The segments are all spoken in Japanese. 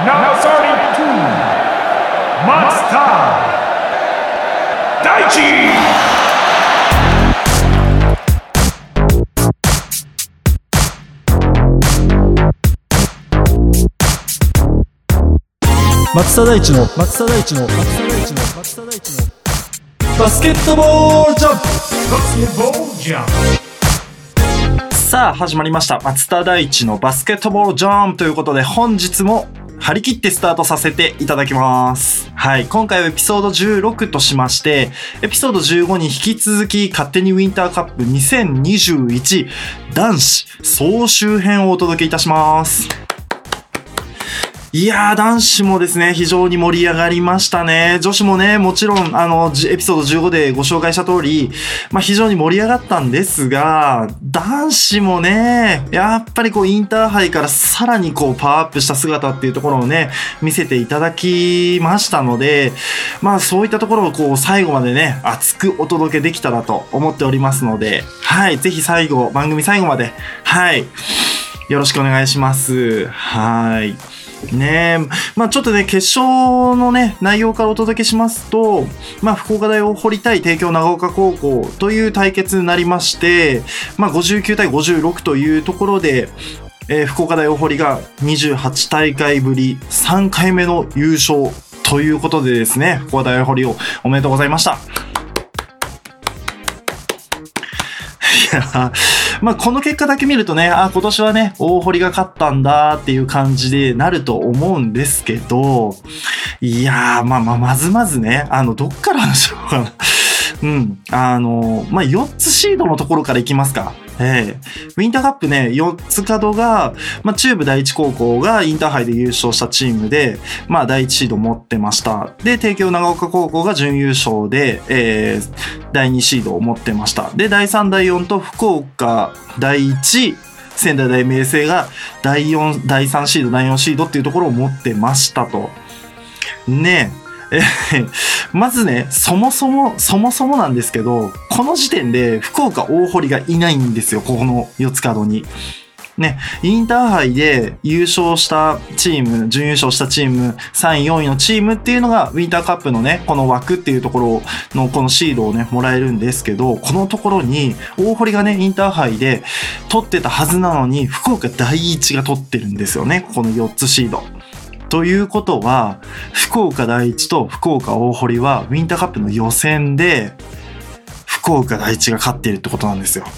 Now starting two, 松田大地。 松田大地のバスケットボールジャンプ。さあ始まりました、松田大地のバスケットボールジャンプということで、本日も張り切ってスタートさせていただきます。はい、今回はエピソード16としまして、エピソード15に引き続き勝手にウィンターカップ2021男子総集編をお届けいたします。いやー、男子もですね、非常に盛り上がりましたね。女子もね、もちろん、エピソード15でご紹介した通り、非常に盛り上がったんですが、男子もね、やっぱりインターハイからさらにパワーアップした姿っていうところをね、見せていただきましたので、そういったところを最後までね、熱くお届けできたらと思っておりますので、はい、ぜひ番組最後まで、はい、よろしくお願いします。はい。ねえ、ちょっとね、決勝のね、内容からお届けしますと、福岡大大堀対帝京長岡高校という対決になりまして、59対56というところで、福岡大大堀が28大会ぶり3回目の優勝ということでですね、福岡大大堀をおめでとうございました。いやこの結果だけ見るとね、今年はね、大堀が勝ったんだっていう感じでなると思うんですけど、いやまずね、どっから話しようかな。4つシードのところからいきますか。ウィンターカップね、4つ角が、中部第一高校がインターハイで優勝したチームで、第1シード持ってました。で、帝京長岡高校が準優勝で、第2シードを持ってました。で、第3、第4と福岡第1、仙台大明星が第3シード、第4シードっていうところを持ってましたと。ねまずね、そもそもなんですけど、この時点で福岡大堀がいないんですよ、ここの4つ角に。ね、インターハイで優勝したチーム、準優勝したチーム、3位、4位のチームっていうのが、ウィンターカップのね、この枠っていうところのこのシードをね、もらえるんですけど、このところに、大堀がね、インターハイで取ってたはずなのに、福岡第一が取ってるんですよね、この4つシード。ということは、福岡第一と福岡大堀はウィンターカップの予選で福岡第一が勝っているってことなんですよ。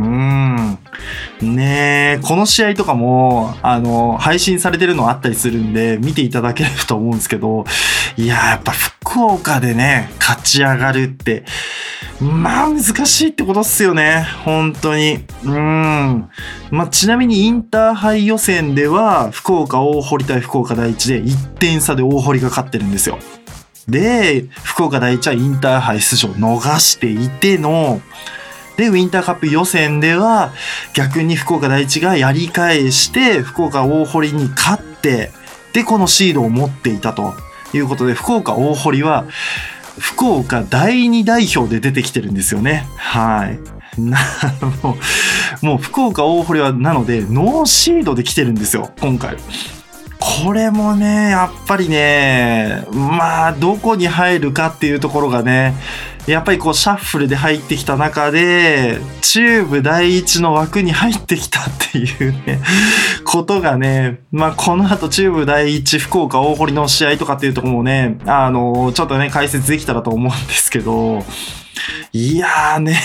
ねえ、この試合とかも配信されてるのあったりするんで見ていただければと思うんですけど、いややっぱ福岡でね勝ち上がるって難しいってことっすよね、本当に。ちなみにインターハイ予選では福岡大堀対福岡第一で1点差で大堀が勝ってるんですよ。で、福岡第一はインターハイ出場を逃していてので、ウィンターカップ予選では逆に福岡第一がやり返して福岡大堀に勝って、でこのシードを持っていたということで、福岡大堀は福岡第2代表で出てきてるんですよね。はい。もう福岡大堀はなのでノーシードで来てるんですよ、今回。これもね、やっぱりね、どこに入るかっていうところがね、やっぱりシャッフルで入ってきた中で中部第一の枠に入ってきたっていうねことがね、この後中部第一福岡大堀の試合とかっていうところもね、ちょっとね解説できたらと思うんですけど、いやーね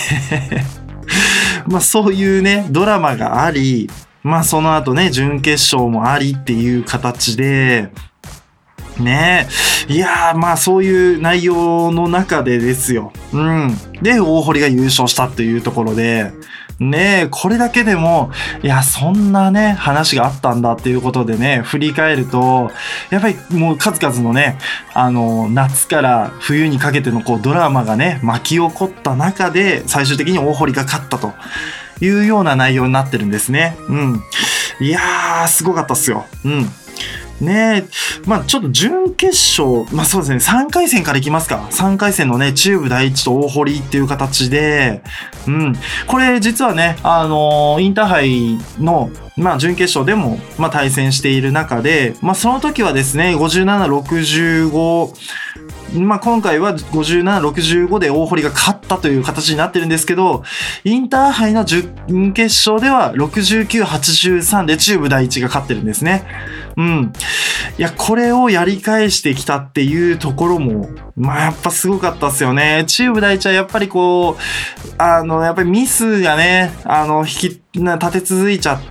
そういうねドラマがあり、その後ね準決勝もありっていう形でねえ、いやそういう内容の中でですよ。で大堀が優勝したっていうところでねえ、これだけでもそんなね話があったんだっていうことでね振り返ると、やっぱりもう数々のね夏から冬にかけてのドラマがね巻き起こった中で最終的に大堀が勝ったというような内容になってるんですね。いやーすごかったっすよ。 ねえ、まあちょっと準決勝、まあそうですね、3回戦からいきますか。3回戦のね、中部第一と大堀っていう形で、これ実はね、インターハイの、まあ準決勝でも、まあ対戦している中で、まあその時はですね、57、65、まあ今回は57、65で大堀が勝ったという形になってるんですけど、インターハイの準決勝では69、83で中部第一が勝ってるんですね。いや、これをやり返してきたっていうところも、まあやっぱすごかったですよね。中部第一はやっぱりこう、やっぱりミスがね、立て続いちゃって、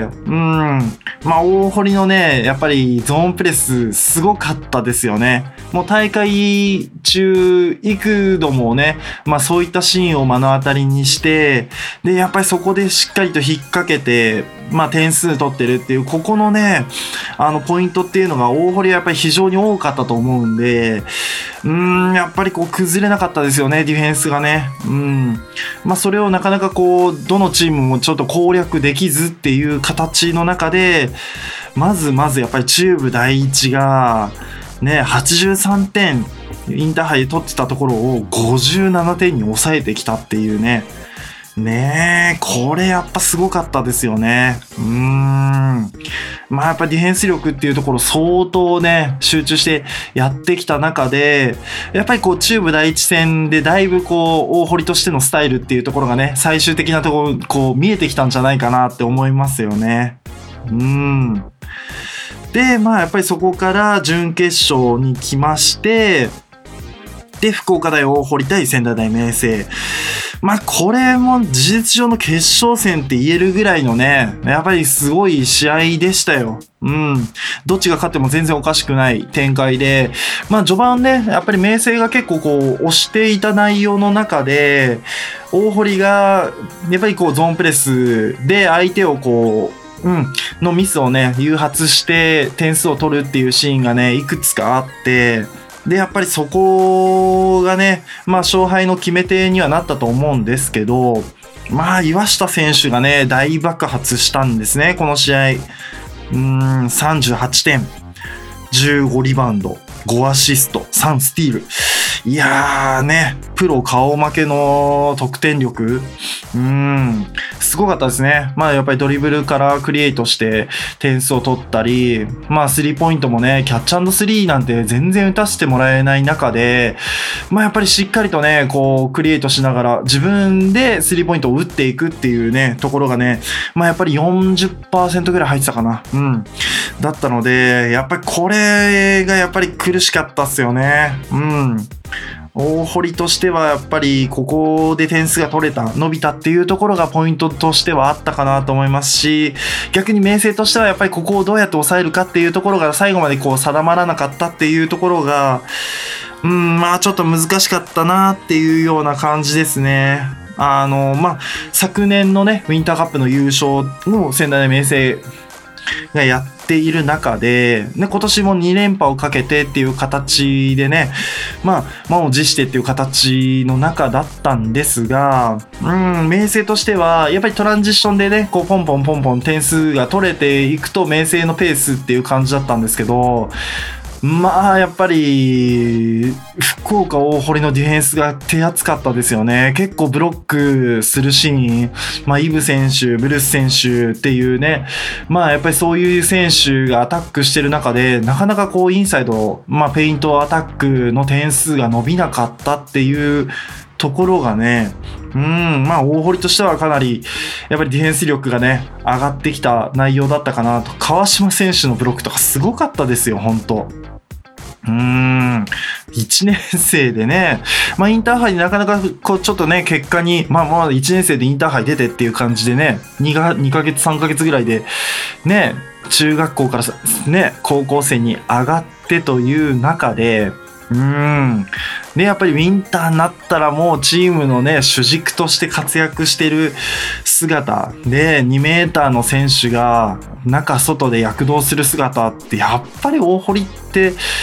まあ大堀のね、やっぱりゾーンプレスすごかったですよね。もう大会中幾度もね、まあそういったシーンを目の当たりにして、で、やっぱりそこでしっかりと引っ掛けて、まあ点数取ってるっていう、ここのね、ポイントっていうのが大堀はやっぱり非常に多かったと思うんで、やっぱりこう崩れなかったですよね、ディフェンスがね。まあそれをなかなかこう、どのチームもちょっと攻略できずっていう形の中で、まずやっぱり中部第一が、ね、83点、インターハイで取ってたところを57点に抑えてきたっていうね。ねえ、これやっぱすごかったですよね。まあやっぱディフェンス力っていうところ相当ね、集中してやってきた中で、やっぱりこう中部第一戦でだいぶこう大堀としてのスタイルっていうところがね、最終的なところこう見えてきたんじゃないかなって思いますよね。で、まあやっぱりそこから準決勝に来まして、で、福岡大大堀対仙台大明星。まあこれも事実上の決勝戦って言えるぐらいのね、やっぱりすごい試合でしたよ。どっちが勝っても全然おかしくない展開で、まあ序盤ね、やっぱり明星が結構こう押していた内容の中で、大堀がやっぱりこうゾーンプレスで相手をこう、のミスをね、誘発して点数を取るっていうシーンがね、いくつかあって、で、やっぱりそこがね、まあ勝敗の決め手にはなったと思うんですけど、まあ岩下選手がね、大爆発したんですね、この試合。38点、15リバウンド、5アシスト、3スティール。いやーね、プロ顔負けの得点力。すごかったですね。まあやっぱりドリブルからクリエイトして点数を取ったり、まあスリーポイントもね、キャッチ&スリーなんて全然打たせてもらえない中で、まあやっぱりしっかりとね、こうクリエイトしながら自分でスリーポイントを打っていくっていうね、ところがね、まあやっぱり 40% ぐらい入ってたかな。だったので、やっぱりこれがやっぱり苦しかったっすよね。大堀としてはやっぱりここで点数が取れた、伸びたっていうところがポイントとしてはあったかなと思いますし、逆に明星としてはやっぱりここをどうやって抑えるかっていうところが最後までこう定まらなかったっていうところが、まあちょっと難しかったなっていうような感じですね。まあ昨年のね、ウィンターカップの優勝の仙台明星がやっている中で、ね、今年も2連覇をかけてっていう形でね、まあ、満を持してっていう形の中だったんですが、明星としては、やっぱりトランジションでね、こう、ポンポン点数が取れていくと、明星のペースっていう感じだったんですけど、まあやっぱり福岡大堀のディフェンスが手厚かったですよね。結構ブロックするシーン、まあイブ選手、ブルース選手っていうね、まあやっぱりそういう選手がアタックしてる中で、なかなかこうインサイド、まあペイントアタックの点数が伸びなかったっていうところがね、まあ大堀としてはかなりやっぱりディフェンス力がね上がってきた内容だったかなと。川島選手のブロックとかすごかったですよ、本当。1年生でね、まあインターハイでなかなかこうちょっとね結果に、まあ1年生でインターハイ出てっていう感じでね、2ヶ月3ヶ月ぐらいでね、中学校からね高校生に上がってという中で、でやっぱりウィンターになったらもうチームのね主軸として活躍してる姿で、2メーターの選手が中外で躍動する姿ってやっぱり大堀って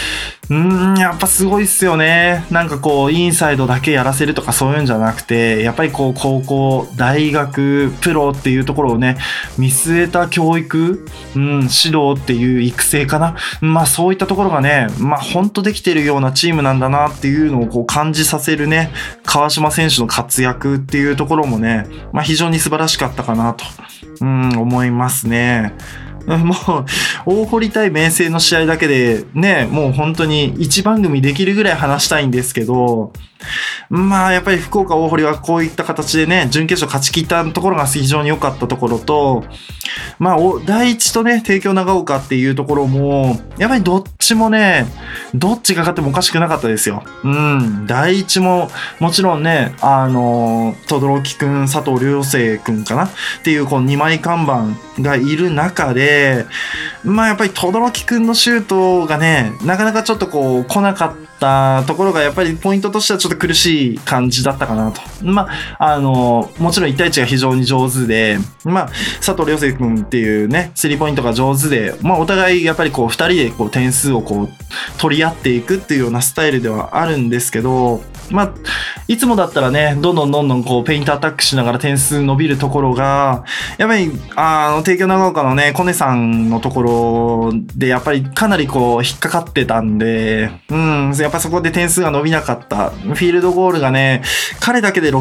やっぱすごいっすよね。なんかこう、インサイドだけやらせるとかそういうんじゃなくて、やっぱりこう、高校、大学、プロっていうところをね、見据えた教育、指導っていう育成かな。そういったところがね、ほんとできてるようなチームなんだなっていうのをこう感じさせるね、川島選手の活躍っていうところもね、非常に素晴らしかったかなと、思いますね。もう、大堀対明星の試合だけでね、もう本当に1番組できるぐらい話したいんですけど、やっぱり福岡大堀はこういった形でね、準決勝勝ち切ったところが非常に良かったところと、第一とね、帝京長岡っていうところも、やっぱりどっちもね、どっちが勝ってもおかしくなかったですよ。第一も、もちろんね、轟くん、佐藤亮成くんかなっていう、こう、2枚看板がいる中で、やっぱり轟くんのシュートがね、なかなかちょっとこう、来なかったところが、やっぱりポイントとしてはちょっと苦しい感じだったかなと。もちろん1対1が非常に上手で、佐藤亮成くんっていうね、スリーポイントが上手で、お互いやっぱりこう、2人でこう、点数をこう、取り合っていくっていうようなスタイルではあるんですけど、いつもだったらね、どんどんこう、ペイントアタックしながら点数伸びるところが、やっぱり、帝京長岡のね、コネさんのところで、やっぱりかなりこう、引っかかってたんで、やっぱそこで点数が伸びなかった。フィールドゴールがね、彼だけで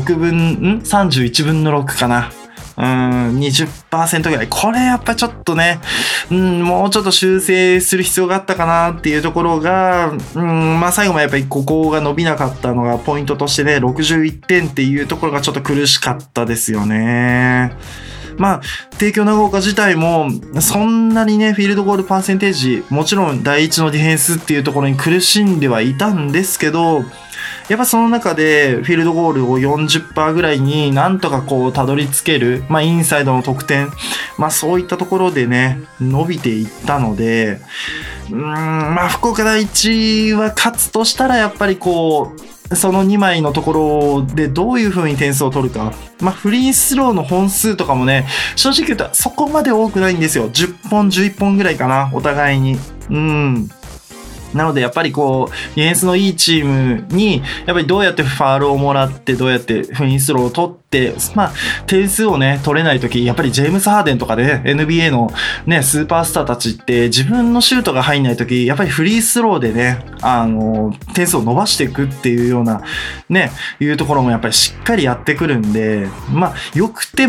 31分の6かな。20% ぐらい。これやっぱちょっとね、もうちょっと修正する必要があったかなっていうところが、最後もやっぱりここが伸びなかったのがポイントとしてね、61点っていうところがちょっと苦しかったですよね。帝京長岡自体も、そんなにね、フィールドゴールパーセンテージ、もちろん第一のディフェンスっていうところに苦しんではいたんですけど、やっぱその中でフィールドゴールを 40% ぐらいになんとかこうたどり着ける、インサイドの得点、そういったところでね、伸びていったので、福岡第一は勝つとしたらやっぱりこう、その2枚のところでどういう風に点数を取るか。フリースローの本数とかもね、正直言うとそこまで多くないんですよ。10本、11本ぐらいかな、お互いに。なのでやっぱりこうディフェンスのいいチームにやっぱりどうやってファウルをもらってどうやってフリースローを取って点数をね取れないときやっぱりジェームス・ハーデンとかで、ね、NBA のねスーパースターたちって自分のシュートが入んないときやっぱりフリースローでね点数を伸ばしていくっていうようなねいうところもやっぱりしっかりやってくるんでよくて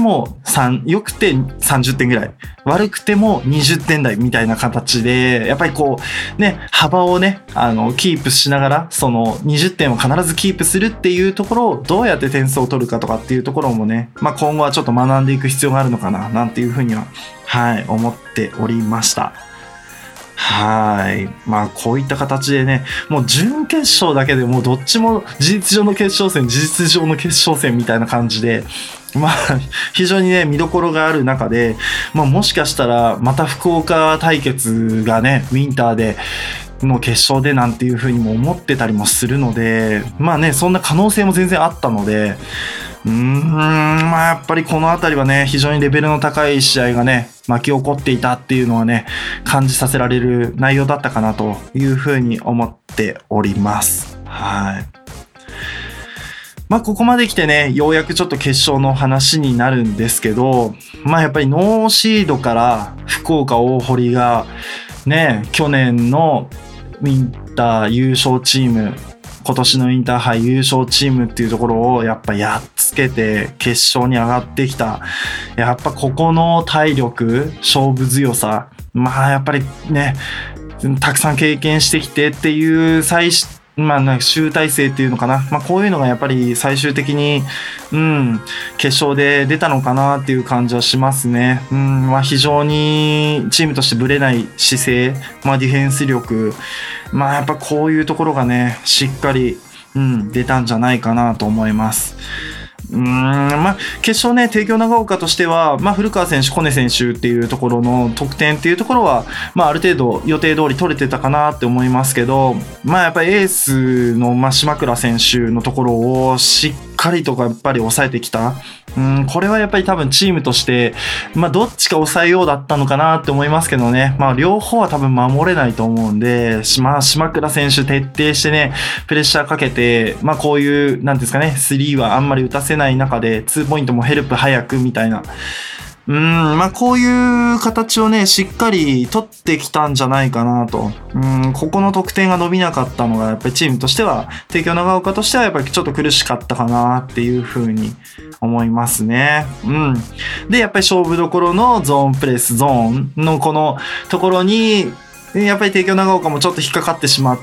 30点ぐらい悪くても20点台みたいな形でやっぱりこうね幅をねキープしながらその20点を必ずキープするっていうところをどうやって点数を取るかとかっていうところもね今後はちょっと学んでいく必要があるのかななんていうふうには思っておりました。こういった形でねもう準決勝だけでもうどっちも事実上の決勝戦事実上の決勝戦みたいな感じで非常にね見どころがある中でもしかしたらまた福岡対決がねウィンターでの決勝でなんていう風にも思ってたりもするのでそんな可能性も全然あったのでやっぱりこのあたりはね非常にレベルの高い試合がね巻き起こっていたっていうのはね感じさせられる内容だったかなという風に思っております。ここまで来てねようやくちょっと決勝の話になるんですけどやっぱりノーシードから福岡大堀がね去年のウィンター優勝チーム今年のインターハイ優勝チームっていうところをやっぱやっつけて決勝に上がってきたやっぱここの体力勝負強さやっぱりねたくさん経験してきてっていう集大成っていうのかなこういうのがやっぱり最終的に決勝で出たのかなっていう感じはしますね。非常にチームとしてぶれない姿勢ディフェンス力やっぱこういうところがねしっかり出たんじゃないかなと思います。決勝ね帝京長岡としては古川選手コネ選手っていうところの得点っていうところはある程度予定通り取れてたかなって思いますけどやっぱりエースの島倉選手のところをしっかかりとかやっぱり抑えてきた。これはやっぱり多分チームとして、どっちか抑えようだったのかなって思いますけどね。両方は多分守れないと思うんで、島倉選手徹底してね、プレッシャーかけて、こういう、なんですかね、3はあんまり打たせない中で、2ポイントもヘルプ早くみたいな。こういう形をね、しっかり取ってきたんじゃないかなと。ここの得点が伸びなかったのが、やっぱりチームとしては、帝京長岡としてはやっぱりちょっと苦しかったかなっていうふうに思いますね。で、やっぱり勝負どころのゾーンプレス、ゾーンのこのところに、やっぱり帝京長岡もちょっと引っかかってしまって、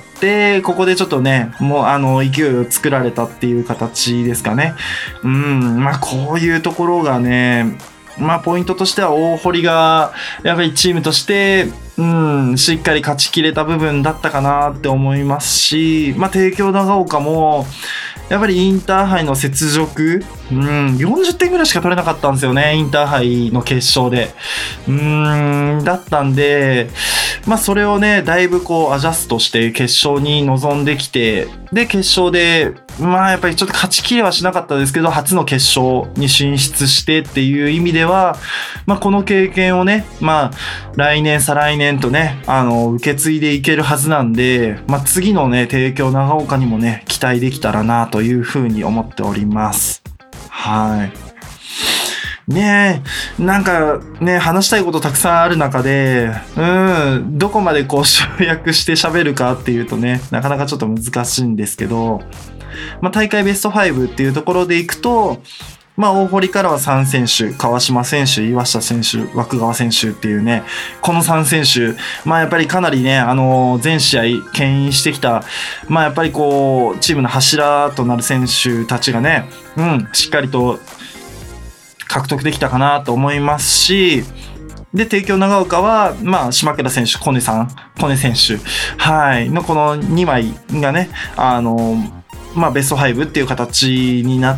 ここでちょっとね、もう勢いを作られたっていう形ですかね。こういうところがね、ポイントとしては大堀がやっぱりチームとしてしっかり勝ちきれた部分だったかなって思いますし、帝京長岡もやっぱりインターハイの雪辱、40点ぐらいしか取れなかったんですよね、インターハイの決勝で。だったんで、それをね、だいぶアジャストして決勝に臨んできて、で、決勝で、やっぱりちょっと勝ちきれはしなかったですけど、初の決勝に進出してっていう意味では、この経験をね、来年、再来年とね、受け継いでいけるはずなんで、次のね、帝京長岡にもね、期待できたらなというふうに思っております。はい。ねえ、なんかね、話したいことたくさんある中で、どこまで集約して喋るかっていうとね、なかなかちょっと難しいんですけど、大会ベスト5っていうところでいくと、大堀からは3選手、川島選手、岩下選手、枠川選手っていうね、この3選手、やっぱりかなりね、全試合牽引してきた、やっぱりチームの柱となる選手たちがね、しっかりと獲得できたかなと思いますし、で、帝京長岡は、島倉選手、コネ選手、のこの2枚がね、ベスト5っていう形になって、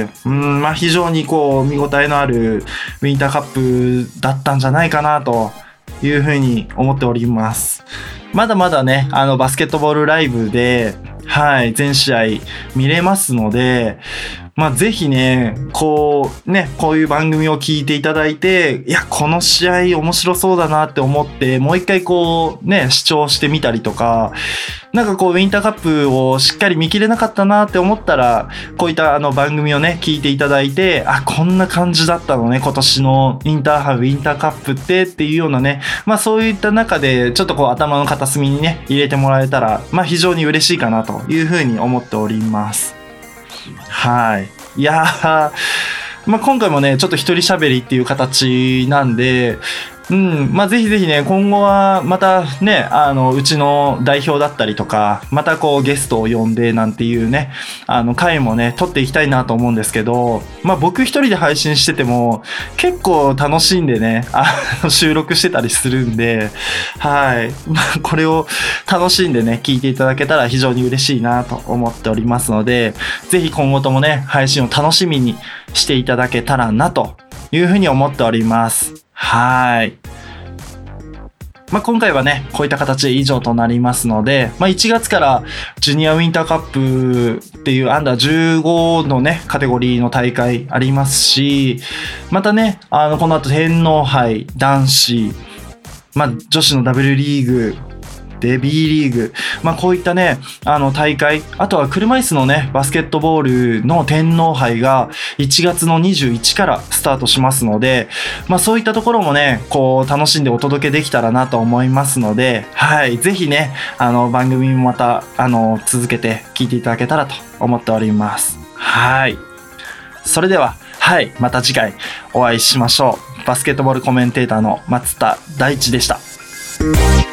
非常に見応えのあるウィンターカップだったんじゃないかなというふうに思っております。まだまだね、バスケットボールライブで、全試合見れますので、ぜひね、こういう番組を聞いていただいて、いや、この試合面白そうだなって思って、もう一回視聴してみたりとか、ウィンターカップをしっかり見切れなかったなって思ったら、こういった番組をね、聞いていただいて、こんな感じだったのね、今年のインターハイ、ウィンターカップっていうようなね、そういった中で、ちょっと頭の片隅にね、入れてもらえたら、非常に嬉しいかなというふうに思っております。いやー、今回もね、ちょっと一人喋りっていう形なんで、ぜひぜひね、今後はまたね、うちの代表だったりとか、またゲストを呼んでなんていうね、回もね、撮っていきたいなと思うんですけど、僕一人で配信してても、結構楽しんでね、収録してたりするんで、これを楽しんでね、聞いていただけたら非常に嬉しいなと思っておりますので、ぜひ今後ともね、配信を楽しみにしていただけたらなというふうに思っております。今回はね、こういった形で以上となりますので、1月からジュニアウィンターカップっていうアンダー15のね、カテゴリーの大会ありますし、またね、この後天皇杯、男子、女子の W リーグ、で B リーグ、こういったね、大会、あとは車椅子のね、バスケットボールの天皇杯が1月の21からスタートしますので、そういったところもね、楽しんでお届けできたらなと思いますので、ぜひね、番組もまた、続けて聞いていただけたらと思っております。それでは、また次回お会いしましょう。バスケットボールコメンテーターの松田大地でした。